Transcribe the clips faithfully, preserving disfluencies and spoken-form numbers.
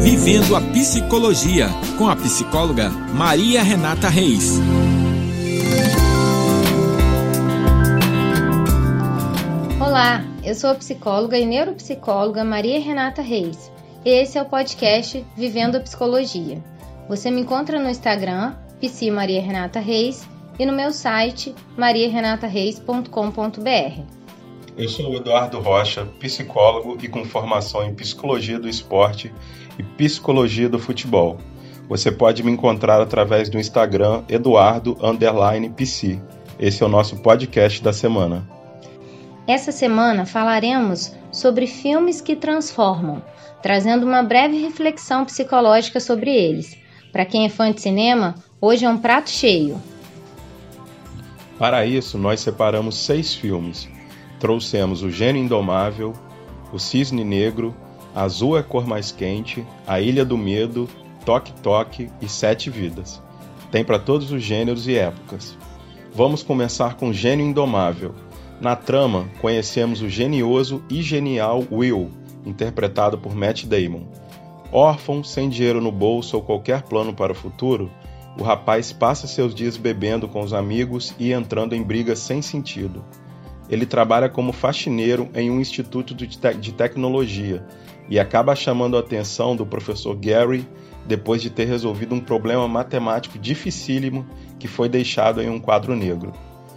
Vivendo a Psicologia, com a psicóloga Maria Renata Reis. Olá, eu sou a psicóloga e neuropsicóloga Maria Renata Reis. Esse é o podcast Vivendo a Psicologia. Você me encontra no Instagram, Psi Maria Renata Reis, e no meu site, maria renata reis ponto com ponto b r. Eu sou o Eduardo Rocha, psicólogo e com formação em Psicologia do Esporte e Psicologia do Futebol. Você pode me encontrar através do Instagram Eduardo underline Psi. Esse é o nosso podcast da semana. Essa semana falaremos sobre filmes que transformam, trazendo uma breve reflexão psicológica sobre eles. Para quem é fã de cinema, hoje é um prato cheio. Para isso, nós separamos seis filmes. Trouxemos O Gênio Indomável, O Cisne Negro, Azul é Cor Mais Quente, A Ilha do Medo, Toque Toque e Sete Vidas. Tem para todos os gêneros e épocas. Vamos começar com Gênio Indomável. Na trama, conhecemos o genioso e genial Will, interpretado por Matt Damon. Órfão, sem dinheiro no bolso ou qualquer plano para o futuro, o rapaz passa seus dias bebendo com os amigos e entrando em brigas sem sentido. Ele trabalha como faxineiro em um instituto de, te- de tecnologia e acaba chamando a atenção do professor Gary depois de ter resolvido um problema matemático dificílimo que foi deixado em um quadro negro.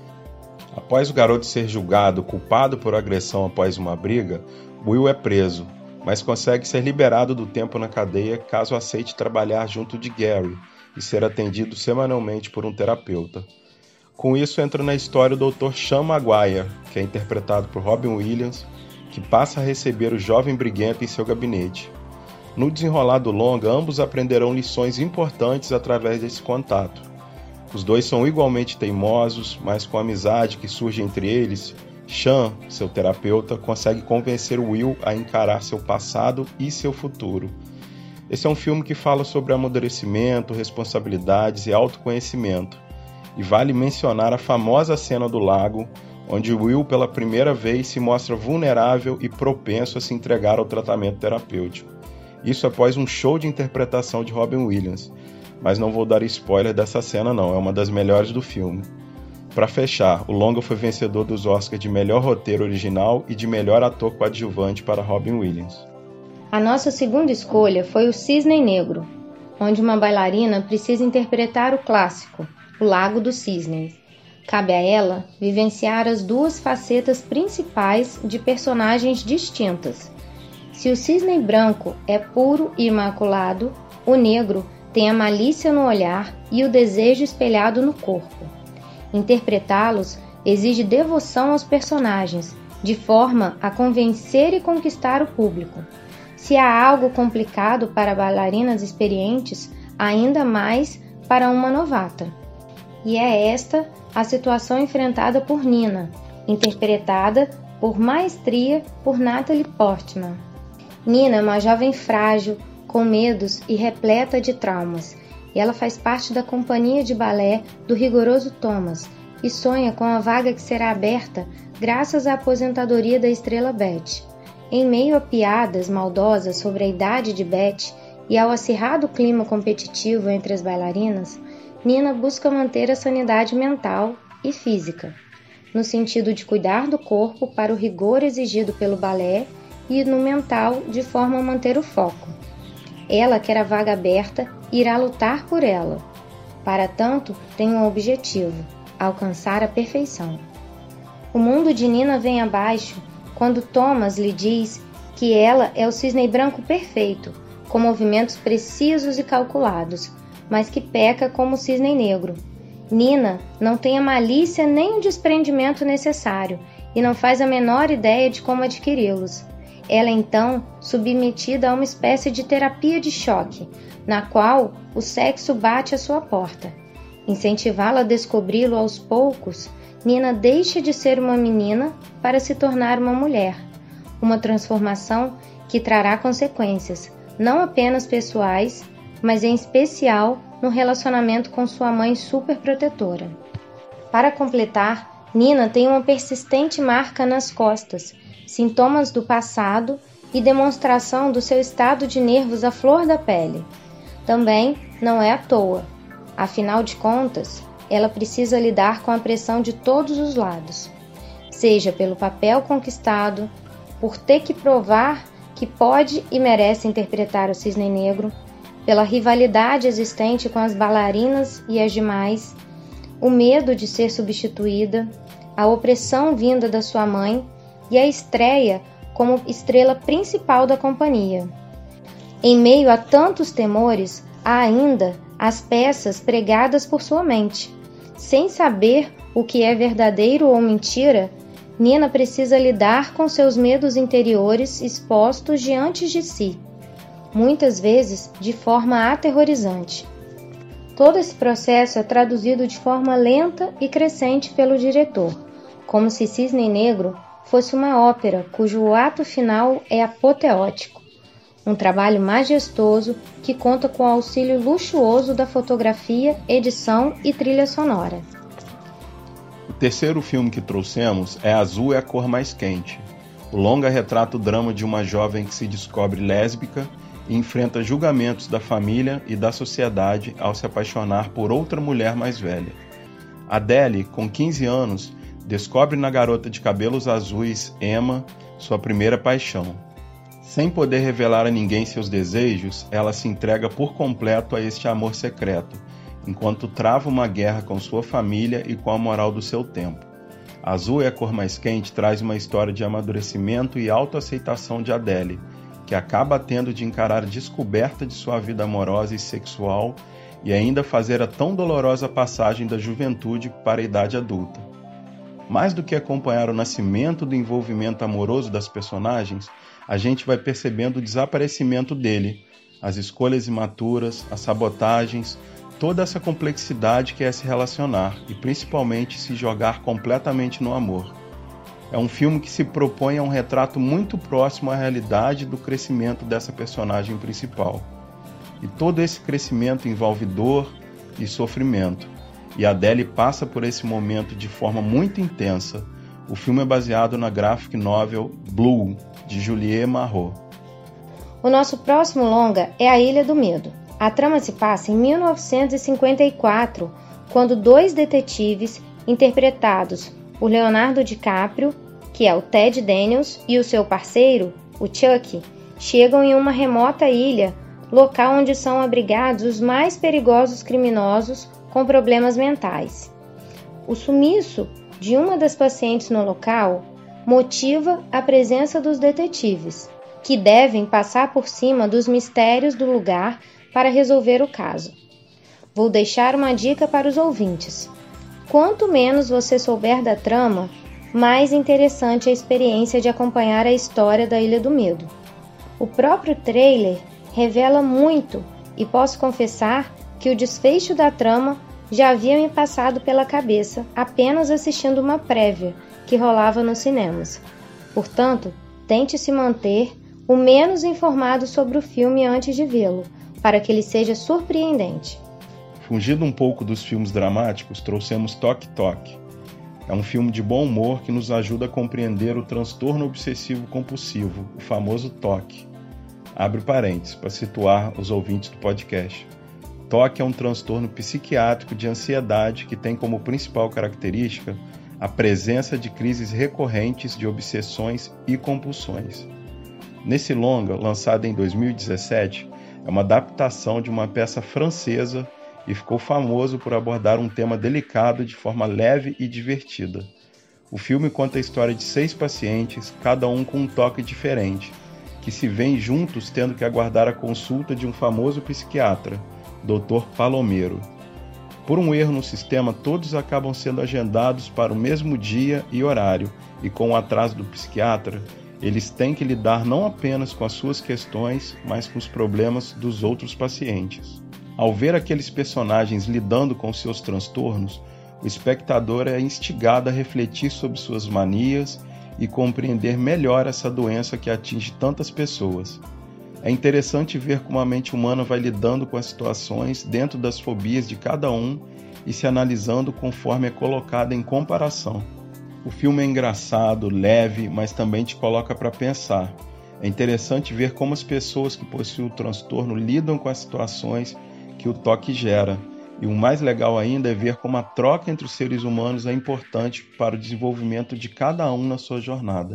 Após o garoto ser julgado culpado por agressão após uma briga, Will é preso, mas consegue ser liberado do tempo na cadeia caso aceite trabalhar junto de Gary e ser atendido semanalmente por um terapeuta. Com isso entra na história o doutor Sean Maguire, que é interpretado por Robin Williams, que passa a receber o jovem briguento em seu gabinete. No desenrolar do longa, ambos aprenderão lições importantes através desse contato. Os dois são igualmente teimosos, mas com a amizade que surge entre eles, Sean, seu terapeuta, consegue convencer Will a encarar seu passado e seu futuro. Esse é um filme que fala sobre amadurecimento, responsabilidades e autoconhecimento. E vale mencionar a famosa cena do lago, onde Will pela primeira vez se mostra vulnerável e propenso a se entregar ao tratamento terapêutico. Isso após um show de interpretação de Robin Williams, mas não vou dar spoiler dessa cena não, é uma das melhores do filme. Para fechar, o longa foi vencedor dos Oscars de melhor roteiro original e de melhor ator coadjuvante para Robin Williams. A nossa segunda escolha foi O Cisne Negro, onde uma bailarina precisa interpretar o clássico, O Lago dos Cisnes. Cabe a ela vivenciar as duas facetas principais de personagens distintas. Se o cisne branco é puro e imaculado, o negro tem a malícia no olhar e o desejo espelhado no corpo. Interpretá-los exige devoção aos personagens, de forma a convencer e conquistar o público. Se há algo complicado para bailarinas experientes, ainda mais para uma novata. E é esta a situação enfrentada por Nina, interpretada por maestria por Natalie Portman. Nina é uma jovem frágil, com medos e repleta de traumas, e ela faz parte da companhia de balé do rigoroso Thomas e sonha com a vaga que será aberta graças à aposentadoria da estrela Beth. Em meio a piadas maldosas sobre a idade de Beth e ao acirrado clima competitivo entre as bailarinas, Nina busca manter a sanidade mental e física, no sentido de cuidar do corpo para o rigor exigido pelo balé e no mental de forma a manter o foco. Ela quer a vaga aberta e irá lutar por ela. Para tanto, tem um objetivo: alcançar a perfeição. O mundo de Nina vem abaixo quando Thomas lhe diz que ela é o cisne branco perfeito, com movimentos precisos e calculados, mas que peca como o cisne negro. Nina não tem a malícia nem o desprendimento necessário e não faz a menor ideia de como adquiri-los. Ela é então submetida a uma espécie de terapia de choque, na qual o sexo bate à sua porta. Incentivá-la a descobri-lo aos poucos, Nina deixa de ser uma menina para se tornar uma mulher. Uma transformação que trará consequências, não apenas pessoais, mas em especial no relacionamento com sua mãe superprotetora. Para completar, Nina tem uma persistente marca nas costas, sintomas do passado e demonstração do seu estado de nervos à flor da pele. Também não é à toa. Afinal de contas, ela precisa lidar com a pressão de todos os lados, seja pelo papel conquistado, por ter que provar que pode e merece interpretar o Cisne Negro, pela rivalidade existente com as bailarinas e as demais, o medo de ser substituída, a opressão vinda da sua mãe e a estreia como estrela principal da companhia. Em meio a tantos temores, há ainda as peças pregadas por sua mente. Sem saber o que é verdadeiro ou mentira, Nina precisa lidar com seus medos interiores expostos diante de si, muitas vezes de forma aterrorizante. Todo esse processo é traduzido de forma lenta e crescente pelo diretor, como se Cisne Negro fosse uma ópera cujo ato final é apoteótico, um trabalho majestoso que conta com o auxílio luxuoso da fotografia, edição e trilha sonora. O terceiro filme que trouxemos é Azul é a Cor Mais Quente. O longa retrata o drama de uma jovem que se descobre lésbica e enfrenta julgamentos da família e da sociedade ao se apaixonar por outra mulher mais velha. Adele, com quinze anos, descobre na garota de cabelos azuis, Emma, sua primeira paixão. Sem poder revelar a ninguém seus desejos, ela se entrega por completo a este amor secreto, enquanto trava uma guerra com sua família e com a moral do seu tempo. Azul é a Cor Mais Quente traz uma história de amadurecimento e autoaceitação de Adele, que acaba tendo de encarar a descoberta de sua vida amorosa e sexual e ainda fazer a tão dolorosa passagem da juventude para a idade adulta. Mais do que acompanhar o nascimento do envolvimento amoroso das personagens, a gente vai percebendo o desaparecimento dele, as escolhas imaturas, as sabotagens, toda essa complexidade que é se relacionar e principalmente se jogar completamente no amor. É um filme que se propõe a um retrato muito próximo à realidade do crescimento dessa personagem principal. E todo esse crescimento envolve dor e sofrimento. E Adele passa por esse momento de forma muito intensa. O filme é baseado na graphic novel Blue, de Juliet Marot. O nosso próximo longa é A Ilha do Medo. A trama se passa em mil novecentos e cinquenta e quatro, quando dois detetives, interpretados por Leonardo DiCaprio, que é o Ted Daniels, e o seu parceiro, o Chuck, chegam em uma remota ilha, local onde são abrigados os mais perigosos criminosos com problemas mentais. O sumiço de uma das pacientes no local motiva a presença dos detetives, que devem passar por cima dos mistérios do lugar para resolver o caso. Vou deixar uma dica para os ouvintes. Quanto menos você souber da trama, mais interessante a experiência de acompanhar a história da Ilha do Medo. O próprio trailer revela muito e posso confessar que o desfecho da trama já havia me passado pela cabeça apenas assistindo uma prévia que rolava nos cinemas. Portanto, tente se manter o menos informado sobre o filme antes de vê-lo, para que ele seja surpreendente. Fugindo um pouco dos filmes dramáticos, trouxemos Toque Toque. É um filme de bom humor que nos ajuda a compreender o transtorno obsessivo-compulsivo, o famoso TOC. Abre parênteses para situar os ouvintes do podcast. TOC é um transtorno psiquiátrico de ansiedade que tem como principal característica a presença de crises recorrentes de obsessões e compulsões. Nesse longa, lançado em dois mil e dezessete, é uma adaptação de uma peça francesa e ficou famoso por abordar um tema delicado de forma leve e divertida. O filme conta a história de seis pacientes, cada um com um toque diferente, que se veem juntos tendo que aguardar a consulta de um famoso psiquiatra, doutor Palomero. Por um erro no sistema, todos acabam sendo agendados para o mesmo dia e horário, e com o atraso do psiquiatra, eles têm que lidar não apenas com as suas questões, mas com os problemas dos outros pacientes. Ao ver aqueles personagens lidando com seus transtornos, o espectador é instigado a refletir sobre suas manias e compreender melhor essa doença que atinge tantas pessoas. É interessante ver como a mente humana vai lidando com as situações dentro das fobias de cada um e se analisando conforme é colocada em comparação. O filme é engraçado, leve, mas também te coloca para pensar. É interessante ver como as pessoas que possuem o transtorno lidam com as situações que o toque gera. E o mais legal ainda é ver como a troca entre os seres humanos é importante para o desenvolvimento de cada um na sua jornada.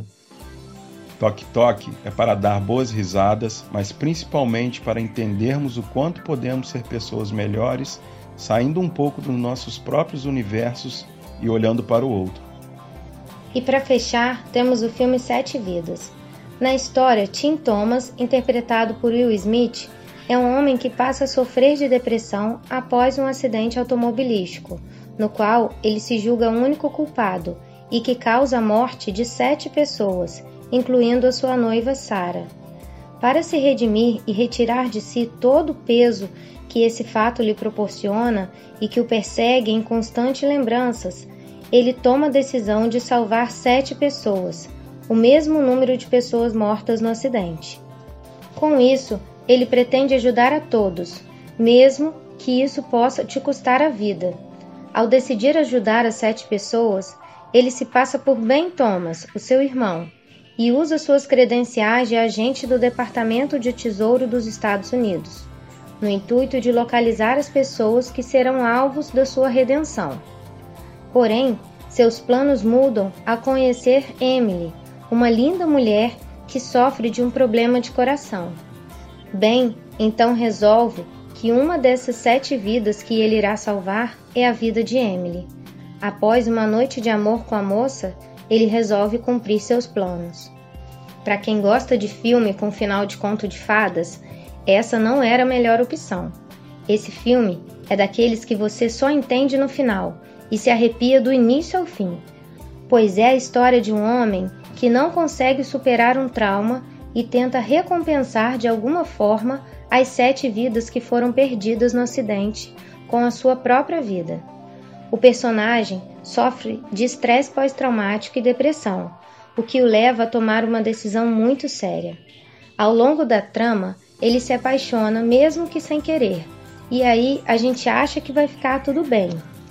Toque Toque é para dar boas risadas, mas principalmente para entendermos o quanto podemos ser pessoas melhores, saindo um pouco dos nossos próprios universos e olhando para o outro. E para fechar, temos o filme Sete Vidas. Na história, Tim Thomas, interpretado por Will Smith, é um homem que passa a sofrer de depressão após um acidente automobilístico, no qual ele se julga o único culpado e que causa a morte de sete pessoas, incluindo a sua noiva Sarah. Para se redimir e retirar de si todo o peso que esse fato lhe proporciona e que o persegue em constantes lembranças, ele toma a decisão de salvar sete pessoas, o mesmo número de pessoas mortas no acidente. Com isso, ele pretende ajudar a todos, mesmo que isso possa te custar a vida. Ao decidir ajudar as sete pessoas, ele se passa por Ben Thomas, o seu irmão, e usa suas credenciais de agente do Departamento de Tesouro dos Estados Unidos, no intuito de localizar as pessoas que serão alvos da sua redenção. Porém, seus planos mudam ao conhecer Emily, uma linda mulher que sofre de um problema de coração. Ben então resolve que uma dessas sete vidas que ele irá salvar é a vida de Emily. Após uma noite de amor com a moça, ele resolve cumprir seus planos. Para quem gosta de filme com final de conto de fadas, essa não era a melhor opção. Esse filme é daqueles que você só entende no final e se arrepia do início ao fim, pois é a história de um homem que não consegue superar um trauma e tenta recompensar de alguma forma as sete vidas que foram perdidas no acidente com a sua própria vida. O personagem sofre de estresse pós-traumático e depressão, o que o leva a tomar uma decisão muito séria. Ao longo da trama, ele se apaixona mesmo que sem querer, e aí a gente acha que vai ficar tudo bem.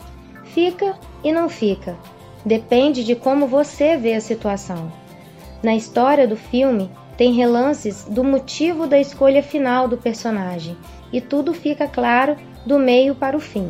Fica e não fica, depende de como você vê a situação. Na história do filme, tem relances do motivo da escolha final do personagem, e tudo fica claro do meio para o fim.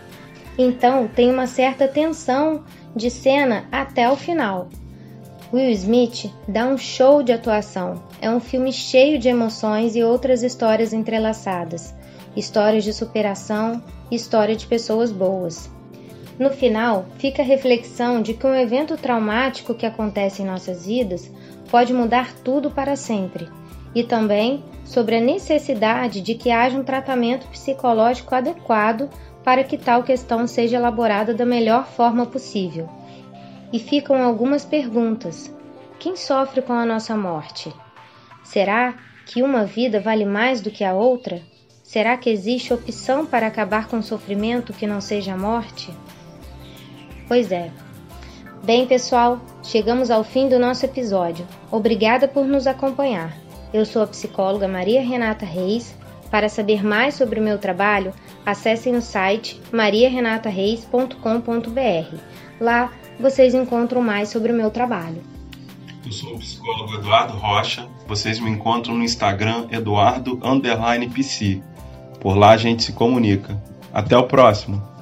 Então tem uma certa tensão de cena até o final. Will Smith dá um show de atuação. É um filme cheio de emoções e outras histórias entrelaçadas. Histórias de superação e história de pessoas boas. No final, fica a reflexão de que um evento traumático que acontece em nossas vidas pode mudar tudo para sempre. E também sobre a necessidade de que haja um tratamento psicológico adequado para que tal questão seja elaborada da melhor forma possível. E ficam algumas perguntas. Quem sofre com a nossa morte? Será que uma vida vale mais do que a outra? Será que existe opção para acabar com o sofrimento que não seja a morte? Pois é. Bem, pessoal, chegamos ao fim do nosso episódio. Obrigada por nos acompanhar. Eu sou a psicóloga Maria Renata Reis. Para saber mais sobre o meu trabalho, acessem o site maria renata reis ponto com ponto b r. Lá vocês encontram mais sobre o meu trabalho. Eu sou o psicólogo Eduardo Rocha. Vocês me encontram no Instagram eduardo underline pc. Por lá a gente se comunica. Até o próximo!